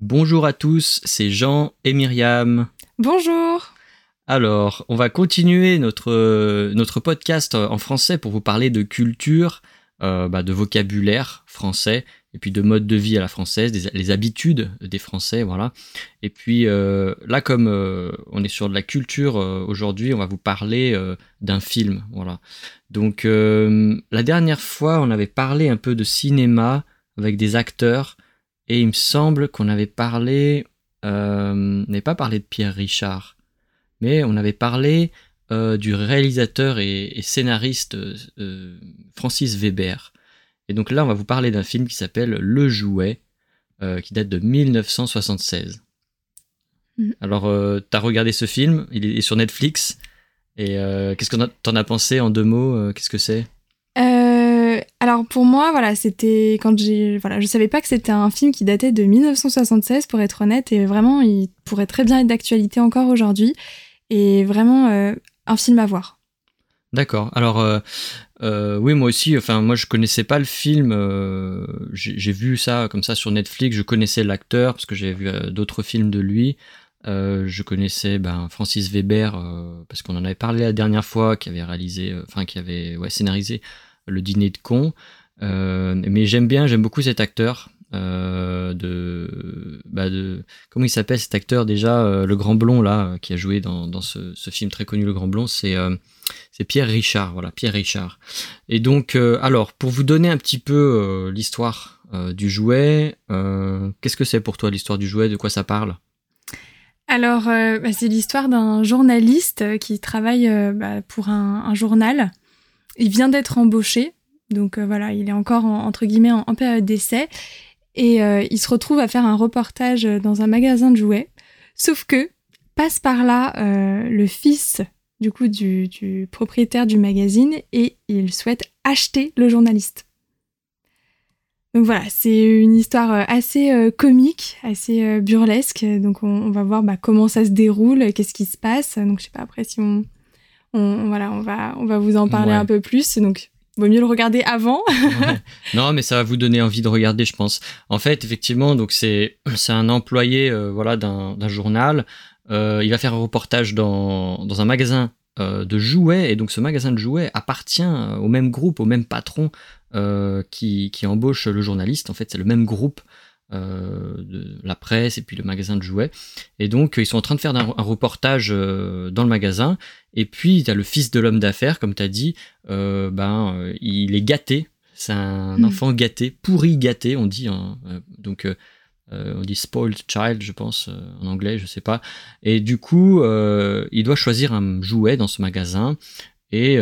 Bonjour à tous, c'est Jean et Myriam. Bonjour. Alors, on va continuer notre podcast en français pour vous parler de culture, de vocabulaire français, et puis de mode de vie à la française, les habitudes des Français, voilà. Et puis là, comme on est sur de la culture aujourd'hui, on va vous parler d'un film, voilà. Donc, la dernière fois, on avait parlé un peu de cinéma avec des acteurs, et il me semble qu'on avait parlé, on n'avait pas parlé de Pierre Richard, mais on avait parlé du réalisateur et scénariste Francis Weber. Et donc là, on va vous parler d'un film qui s'appelle Le Jouet, qui date de 1976. Alors, t'as regardé ce film, il est sur Netflix, et qu'est-ce que t'en as pensé en 2 mots, qu'est-ce que c'est ? Alors pour moi, voilà, c'était quand je savais pas que c'était un film qui datait de 1976 pour être honnête, et vraiment il pourrait très bien être d'actualité encore aujourd'hui, et vraiment un film à voir. D'accord. Alors oui, moi aussi. Enfin, moi je connaissais pas le film. J'ai vu ça comme ça sur Netflix. Je connaissais l'acteur parce que j'avais vu d'autres films de lui. Je connaissais Francis Weber parce qu'on en avait parlé la dernière fois, qui avait réalisé, qui avait scénarisé Le Dîner de cons. Mais j'aime beaucoup cet acteur. Comment il s'appelle cet acteur déjà, le grand blond là, qui a joué dans ce film très connu, Le Grand Blond, c'est Pierre Richard, voilà, Pierre Richard. Et donc, alors, pour vous donner un petit peu l'histoire du jouet, qu'est-ce que c'est pour toi l'histoire du jouet, de quoi ça parle ? Alors, c'est l'histoire d'un journaliste qui travaille pour un journal. Il vient d'être embauché, donc voilà, il est encore entre guillemets en période d'essai. Et il se retrouve à faire un reportage dans un magasin de jouets. Sauf que passe par là le fils du coup du propriétaire du magazine, et il souhaite acheter le journaliste. Donc voilà, c'est une histoire assez comique, assez burlesque. Donc on va voir comment ça se déroule, qu'est-ce qui se passe. Donc je sais pas, après si on va vous en parler un peu plus. Donc vaut mieux le regarder avant. Ouais. Non, mais ça va vous donner envie de regarder, je pense. En fait, effectivement, donc c'est un employé d'un journal. Il va faire un reportage dans un magasin de jouets, et donc ce magasin de jouets appartient au même groupe, au même patron qui embauche le journaliste. En fait, c'est le même groupe de la presse et puis le magasin de jouets. Et donc, ils sont en train de faire un reportage dans le magasin. Et puis, tu as le fils de l'homme d'affaires, comme tu as dit, il est gâté. C'est un enfant gâté, pourri gâté, on dit. Hein. On dit spoiled child, je pense, en anglais, je sais pas. Et du coup, il doit choisir un jouet dans ce magasin. Et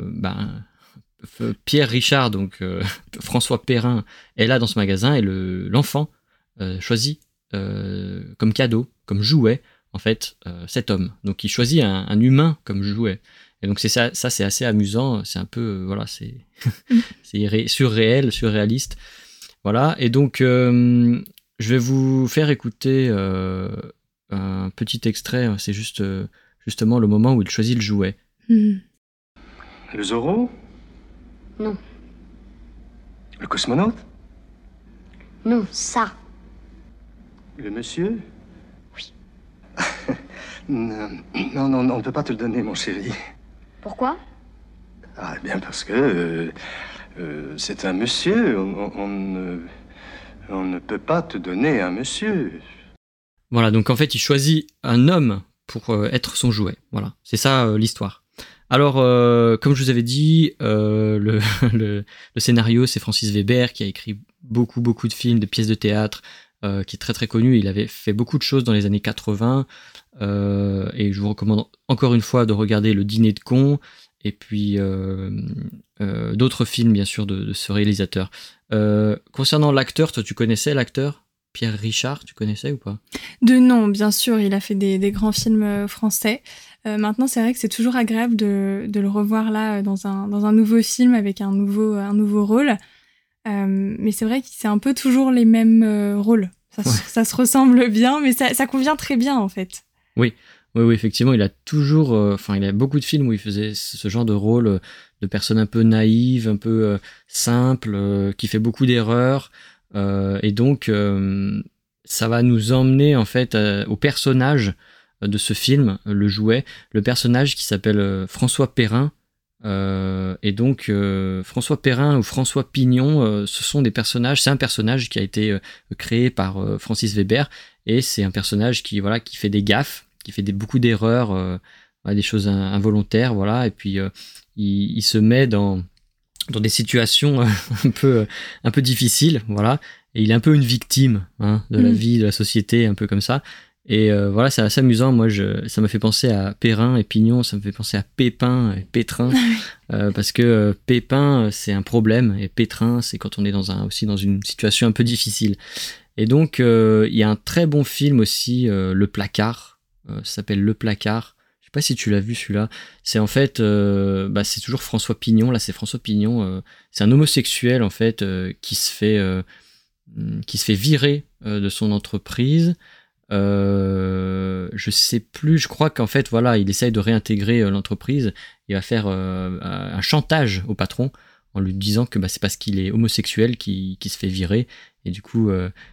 Pierre Richard, donc François Perrin, est là dans ce magasin, et l'enfant choisit comme cadeau, comme jouet, en fait, cet homme. Donc il choisit un humain comme jouet. Et donc c'est ça c'est assez amusant, c'est un peu c'est surréaliste. Voilà, et donc je vais vous faire écouter un petit extrait, c'est justement le moment où il choisit le jouet. Le Zorro ? Non. Le cosmonaute ? Non, ça. Le monsieur ? Oui. Non, on ne peut pas te le donner, mon chéri. Pourquoi ? Ah, bien parce que c'est un monsieur. On ne peut pas te donner un monsieur. Voilà, donc en fait, il choisit un homme pour être son jouet. Voilà, c'est ça l'histoire. Alors, comme je vous avais dit, le scénario, c'est Francis Weber, qui a écrit beaucoup de films, de pièces de théâtre, qui est très très connu. Il avait fait beaucoup de choses dans les années 80, et je vous recommande encore une fois de regarder Le Dîner de cons, et puis d'autres films, bien sûr, de ce réalisateur. Concernant l'acteur, toi, tu connaissais l'acteur Pierre Richard, tu connaissais ou pas ? De nom, bien sûr, il a fait des grands films français. Maintenant, c'est vrai que c'est toujours agréable de le revoir là dans un nouveau film avec un nouveau rôle. Mais c'est vrai que c'est un peu toujours les mêmes rôles. Ça se ressemble bien, mais ça convient très bien en fait. Oui, effectivement, il a toujours... il a beaucoup de films où il faisait ce genre de rôle de personne un peu naïve, un peu simple, qui fait beaucoup d'erreurs. Et donc, ça va nous emmener en fait au personnage de ce film, le jouet, le personnage qui s'appelle François Perrin. Et donc François Perrin ou François Pignon, ce sont des personnages. C'est un personnage qui a été créé par Francis Weber, et c'est un personnage qui fait des gaffes, qui fait beaucoup d'erreurs, des choses involontaires, voilà. Et puis il se met dans des situations un peu difficiles, voilà. Et il est un peu une victime de la vie, de la société, un peu comme ça. Et voilà, c'est assez amusant. Moi, ça m'a fait penser à Perrin et Pignon, ça me fait penser à Pépin et Pétrin, parce que Pépin, c'est un problème, et Pétrin, c'est quand on est aussi dans une situation un peu difficile. Et donc, il y a un très bon film aussi, Le Placard, ça s'appelle Le Placard. Je sais pas si tu l'as vu celui-là. C'est en fait, c'est toujours François Pignon. Là, c'est François Pignon. C'est un homosexuel en fait qui se fait virer de son entreprise. Je sais plus, je crois qu'en fait voilà, il essaye de réintégrer l'entreprise. Il va faire un chantage au patron en lui disant que c'est parce qu'il est homosexuel qu'il se fait virer, et du coup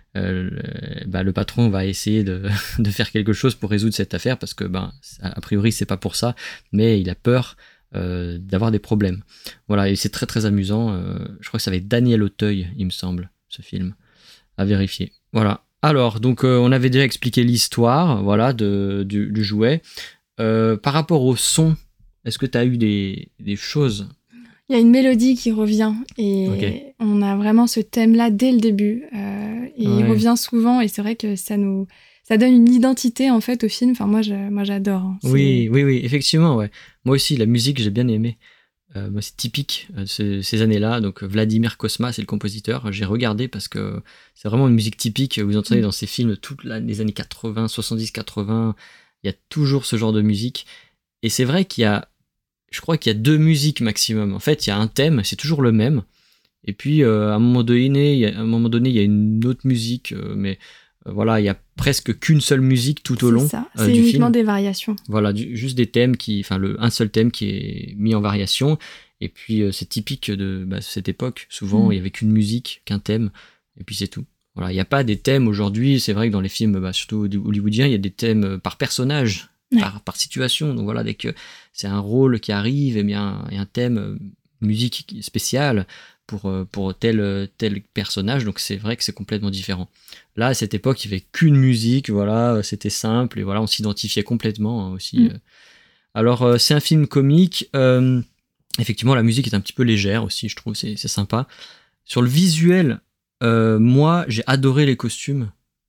le patron va essayer de faire quelque chose pour résoudre cette affaire, parce que a priori c'est pas pour ça, mais il a peur d'avoir des problèmes. Voilà, et c'est très très amusant. Je crois que ça va être Daniel Auteuil, il me semble, ce film, à vérifier. Voilà. Alors, donc, on avait déjà expliqué l'histoire, voilà, du jouet. Par rapport au son, est-ce que tu as eu des choses? Il y a une mélodie qui revient, et on a vraiment ce thème-là dès le début. Et il revient souvent, et c'est vrai que ça donne une identité, en fait, au film. Enfin, moi j'adore. Oui, effectivement, ouais. Moi aussi, la musique, j'ai bien aimé. C'est typique de ces années-là. Donc Vladimir Cosma, c'est le compositeur. J'ai regardé parce que c'est vraiment une musique typique. Vous entendez dans ces films toutes les années 80, 70, 80. Il y a toujours ce genre de musique. Et c'est vrai je crois qu'il y a 2 musiques maximum. En fait, il y a un thème, c'est toujours le même. Et puis à un moment donné, il y a une autre musique, mais voilà, il y a presque qu'une seule musique tout au long du film. C'est uniquement des variations. Voilà, juste des thèmes un seul thème qui est mis en variation. Et puis c'est typique de cette époque. Souvent, il y avait qu'une musique, qu'un thème, et puis c'est tout. Voilà, il n'y a pas des thèmes aujourd'hui. C'est vrai que dans les films, surtout hollywoodiens, il y a des thèmes par personnage, par situation. Donc voilà, dès que c'est un rôle qui arrive, il y a un thème, musique spéciale pour tel personnage. Donc c'est vrai que c'est complètement différent. Là, à cette époque, il n'y avait qu'une musique, voilà, c'était simple, et voilà, on s'identifiait complètement aussi. Alors, c'est un film comique. Effectivement, la musique est un petit peu légère aussi, je trouve, c'est sympa. Sur le visuel, moi, j'ai adoré les costumes.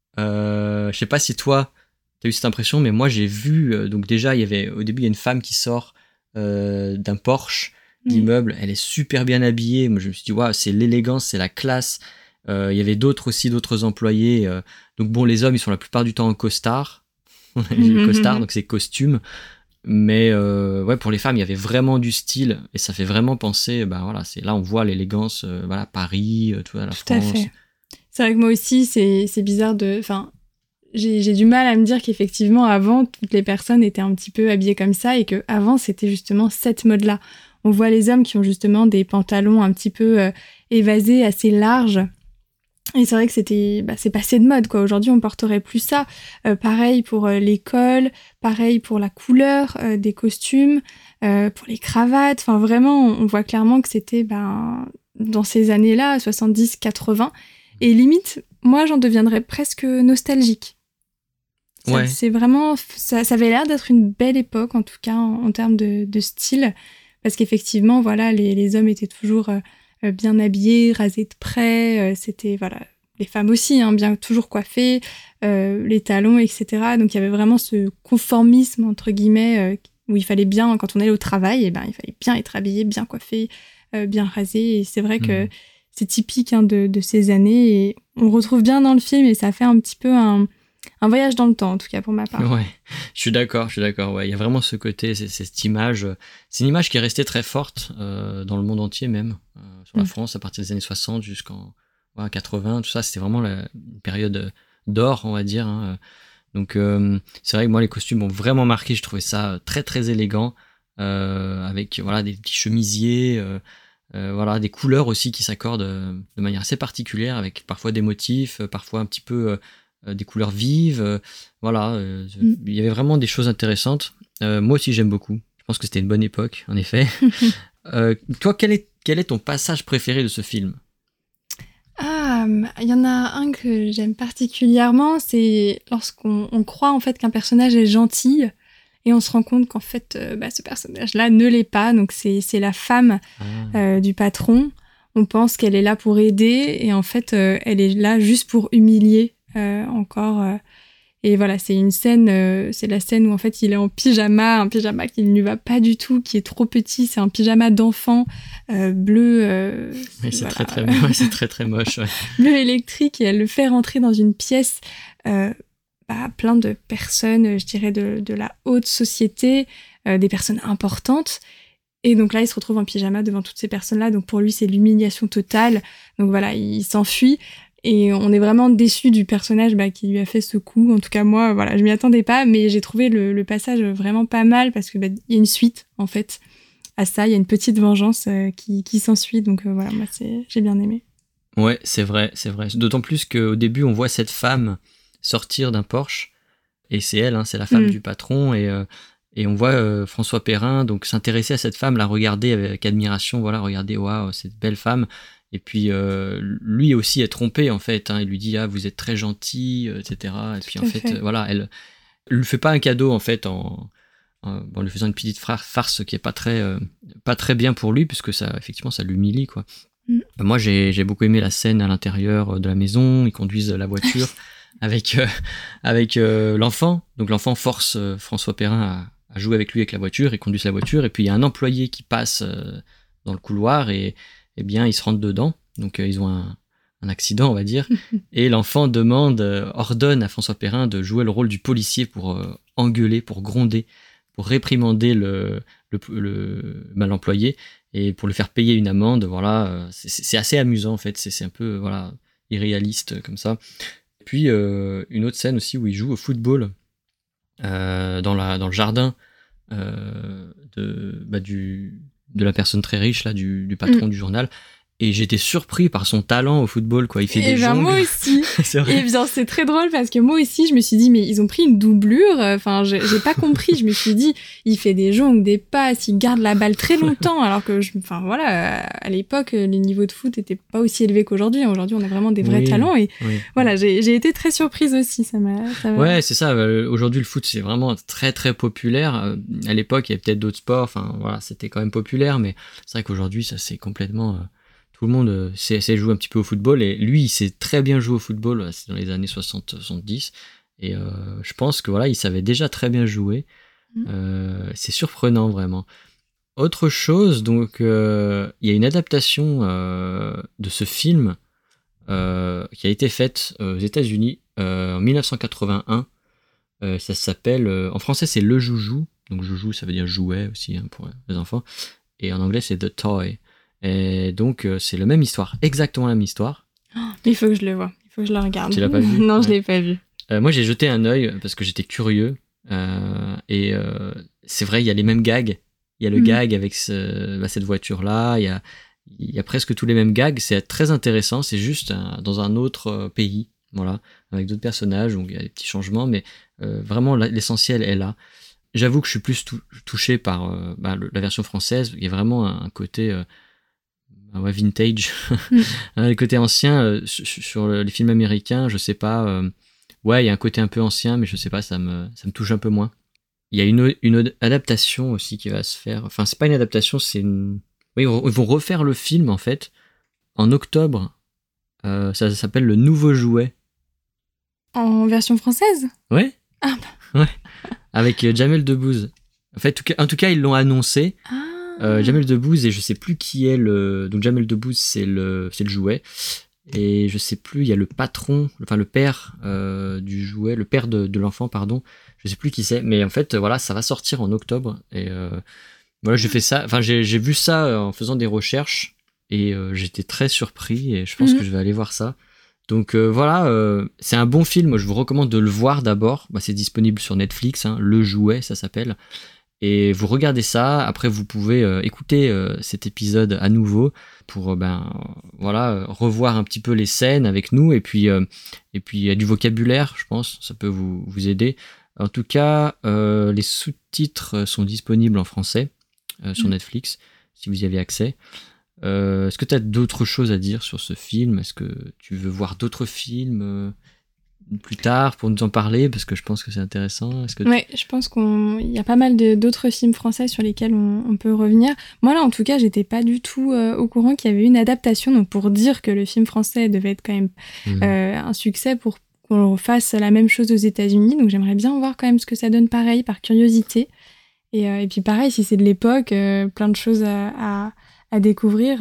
Je sais pas si toi, tu as eu cette impression, mais moi, j'ai vu, donc déjà, au début, il y a une femme qui sort d'un Porsche d'immeuble, elle est super bien habillée. Moi, je me suis dit, waouh, c'est l'élégance, c'est la classe. Il y avait d'autres employés. Donc bon, les hommes, ils sont la plupart du temps en costard. Costard, donc c'est costume. Mais pour les femmes, il y avait vraiment du style, et ça fait vraiment penser, là on voit l'élégance, Paris, la France. Tout à fait. C'est vrai que moi aussi, c'est bizarre j'ai du mal à me dire qu'effectivement, avant, toutes les personnes étaient un petit peu habillées comme ça, et qu'avant, c'était justement cette mode-là. On voit les hommes qui ont justement des pantalons un petit peu évasés, assez larges. Et c'est vrai que c'est passé de mode, quoi. Aujourd'hui, on porterait plus ça. Pareil pour l'école, pareil pour la couleur des costumes, pour les cravates. Enfin, vraiment, on voit clairement que c'était dans ces années-là, 70, 80. Et limite, moi, j'en deviendrais presque nostalgique. C'est vraiment... Ça avait l'air d'être une belle époque, en tout cas, en termes de style. Parce qu'effectivement, voilà, les hommes étaient toujours... bien habillés, rasés de près, c'était, les femmes aussi, bien toujours coiffées, les talons, etc. Donc il y avait vraiment ce conformisme, entre guillemets, où il fallait bien, quand on allait au travail, il fallait bien être habillé, bien coiffé, bien rasé. Et c'est vrai que c'est typique de ces années, et on retrouve bien dans le film, et ça fait un petit peu un voyage dans le temps, en tout cas pour ma part. Ouais, je suis d'accord. Ouais, il y a vraiment ce côté, c'est cette image. C'est une image qui est restée très forte dans le monde entier, même sur la France, à partir des années 60 jusqu'en 80. Tout ça, c'était vraiment une période d'or, on va dire. Donc, c'est vrai que moi, les costumes m'ont vraiment marqué. Je trouvais ça très, très élégant, avec des petits chemisiers, des couleurs aussi qui s'accordent de manière assez particulière, avec parfois des motifs, parfois un petit peu des couleurs vives. Voilà, il y avait vraiment des choses intéressantes. Moi aussi, j'aime beaucoup. Je pense que c'était une bonne époque, en effet. Toi, quel est ton passage préféré de ce film ? Il y en a un que j'aime particulièrement, c'est lorsqu'on croit en fait qu'un personnage est gentil et on se rend compte qu'en fait ce personnage-là ne l'est pas. Donc c'est la femme du patron. On pense qu'elle est là pour aider et en fait elle est là juste pour humilier encore. Et voilà, c'est une scène, c'est la scène où en fait il est en pyjama, un pyjama qui ne lui va pas du tout, qui est trop petit, c'est un pyjama d'enfant bleu. Oui, c'est voilà. c'est très très moche. Ouais. Bleu électrique, et elle le fait rentrer dans une pièce plein de personnes, je dirais de la haute société, des personnes importantes. Et donc là, il se retrouve en pyjama devant toutes ces personnes-là. Donc pour lui, c'est l'humiliation totale. Donc voilà, il s'enfuit. Et on est vraiment déçus du personnage qui lui a fait ce coup. En tout cas, moi, voilà, je m'y attendais pas, mais j'ai trouvé le passage vraiment pas mal parce que y a une suite, en fait, à ça. Il y a une petite vengeance qui s'ensuit. Donc voilà, moi, j'ai bien aimé. Ouais, c'est vrai. D'autant plus qu'au début, on voit cette femme sortir d'un Porsche. Et c'est elle, c'est la femme du patron. Et on voit François Perrin donc s'intéresser à cette femme, la regarder avec admiration. Voilà, regarder, waouh, cette belle femme. Et puis lui aussi est trompé en fait, il lui dit vous êtes très gentil, etc. Et puis en fait, voilà, elle lui fait pas un cadeau en fait en lui faisant une petite farce qui est pas très bien pour lui, puisque ça effectivement ça l'humilie quoi. Moi j'ai beaucoup aimé la scène à l'intérieur de la maison, ils conduisent la voiture avec l'enfant, donc l'enfant force François Perrin à jouer avec lui avec la voiture, ils conduisent la voiture et puis il y a un employé qui passe dans le couloir et eh bien, ils se rentrent dedans, donc ils ont un accident, on va dire, et l'enfant ordonne à François Perrin de jouer le rôle du policier pour engueuler, pour gronder, pour réprimander l'employé, et pour le faire payer une amende, voilà, c'est assez amusant, en fait, c'est un peu, voilà, irréaliste, comme ça. Puis, une autre scène aussi où il joue au football, dans le jardin de la personne très riche là du patron du journal, et j'étais surpris par son talent au football quoi, il fait des jongles. Moi aussi. C'est vrai. Et bien c'est très drôle parce que moi aussi je me suis dit mais ils ont pris une doublure, j'ai pas compris, je me suis dit il fait des jongles, des passes, il garde la balle très longtemps alors que à l'époque les niveaux de foot étaient pas aussi élevés qu'aujourd'hui. Aujourd'hui on a vraiment des vrais talents et voilà, j'ai été très surprise aussi, ça m'a... Ouais, c'est ça, aujourd'hui le foot c'est vraiment très très populaire. À l'époque il y avait peut-être d'autres sports, voilà, c'était quand même populaire, mais c'est vrai qu'aujourd'hui ça c'est complètement tout le monde sait jouer un petit peu au football, et lui il sait très bien jouer au football, c'est dans les années 60-70, et je pense que voilà, il savait déjà très bien jouer. C'est surprenant vraiment. Autre chose, donc il y a une adaptation de ce film qui a été faite aux États-Unis en 1981. Ça s'appelle, en français c'est Le Joujou, donc Joujou ça veut dire jouet aussi pour les enfants, et en anglais c'est The Toy. Et donc c'est la même histoire, exactement la même histoire. Il faut que je le vois, il faut que je le regarde. Tu l'as pas vu? Non, je l'ai pas vu. Moi j'ai jeté un œil parce que j'étais curieux, et c'est vrai, il y a les mêmes gags. Il y a le gag avec cette voiture-là, il y a presque tous les mêmes gags, c'est très intéressant, c'est juste dans un autre pays, voilà, avec d'autres personnages, donc il y a des petits changements, mais vraiment l'essentiel est là. J'avoue que je suis plus touché par la version française, il y a vraiment un côté... vintage, le côté ancien sur les films américains, je sais pas, il y a un côté un peu ancien, mais je sais pas, ça me touche un peu moins. Il y a une adaptation aussi qui va se faire, enfin c'est pas une adaptation, ils vont refaire le film en fait en octobre, ça s'appelle Le Nouveau Jouet. En version française? Ouais. Ah ouais, avec Jamel Debbouze. En tout cas ils l'ont annoncé. Jamel Debbouze, et je sais plus qui est donc Jamel Debbouze c'est le jouet, et je sais plus, il y a le patron, enfin le père du jouet, le père de l'enfant, pardon, je sais plus qui c'est, mais en fait voilà, ça va sortir en octobre, et voilà, j'ai fait ça, enfin j'ai vu ça en faisant des recherches, et j'étais très surpris, et je pense que je vais aller voir ça. Donc voilà, c'est un bon film, je vous recommande de le voir d'abord, c'est disponible sur Netflix, Le Jouet ça s'appelle. Et vous regardez ça, après vous pouvez écouter cet épisode à nouveau pour revoir un petit peu les scènes avec nous, et puis il y a du vocabulaire, je pense, ça peut vous aider. En tout cas, les sous-titres sont disponibles en français sur Netflix, si vous y avez accès. Est-ce que tu as d'autres choses à dire sur ce film ? Est-ce que tu veux voir d'autres films plus tard pour nous en parler, parce que je pense que c'est intéressant. Oui, je pense qu'il y a pas mal d'autres films français sur lesquels on peut revenir. Moi là, en tout cas, j'étais pas du tout au courant qu'il y avait une adaptation, donc pour dire que le film français devait être quand même un succès pour qu'on fasse la même chose aux États-Unis. Donc j'aimerais bien voir quand même ce que ça donne, pareil, par curiosité. Et puis pareil, si c'est de l'époque, plein de choses à découvrir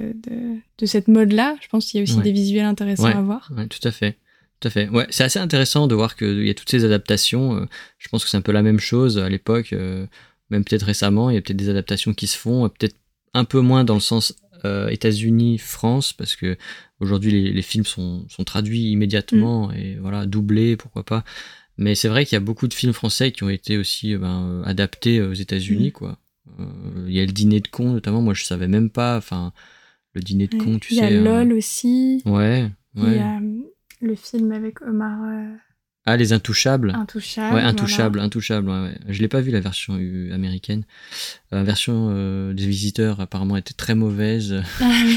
de cette mode-là. Je pense qu'il y a aussi des visuels intéressants à voir. Ouais, tout à fait. Tout à fait. Ouais, c'est assez intéressant de voir qu'il y a toutes ces adaptations. Je pense que c'est un peu la même chose à l'époque, même peut-être récemment. Il y a peut-être des adaptations qui se font, peut-être un peu moins dans le sens États-Unis, France, parce que aujourd'hui les films sont traduits immédiatement et voilà, doublés, pourquoi pas. Mais c'est vrai qu'il y a beaucoup de films français qui ont été aussi adaptés aux États-Unis, quoi. Il y a le Dîner de cons, notamment. Moi, je savais même pas. Enfin, le Dîner de cons, tu sais. Il y a LOL aussi. Ouais. Il y a le film avec Omar. Ah, Les Intouchables. Intouchables. Ouais, Intouchables. Ouais. Je l'ai pas vu la version américaine. La version des Visiteurs apparemment était très mauvaise. Ah oui.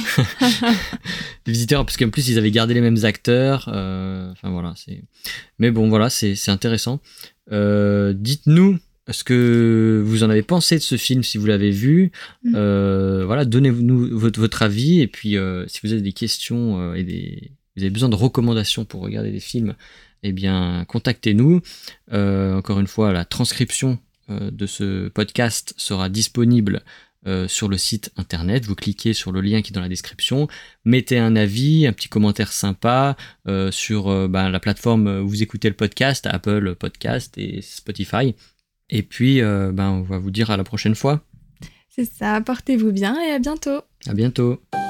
Les Visiteurs, parce qu'en plus ils avaient gardé les mêmes acteurs. Enfin voilà, Mais bon, voilà, c'est intéressant. Dites-nous ce que vous en avez pensé de ce film, si vous l'avez vu. Voilà, donnez-nous votre avis, et puis si vous avez des questions vous avez besoin de recommandations pour regarder des films, eh bien, contactez-nous. Encore une fois, la transcription de ce podcast sera disponible sur le site internet. Vous cliquez sur le lien qui est dans la description. Mettez un avis, un petit commentaire sympa sur la plateforme où vous écoutez le podcast, Apple Podcast et Spotify. Et puis, on va vous dire à la prochaine fois. C'est ça, portez-vous bien et à bientôt. À bientôt.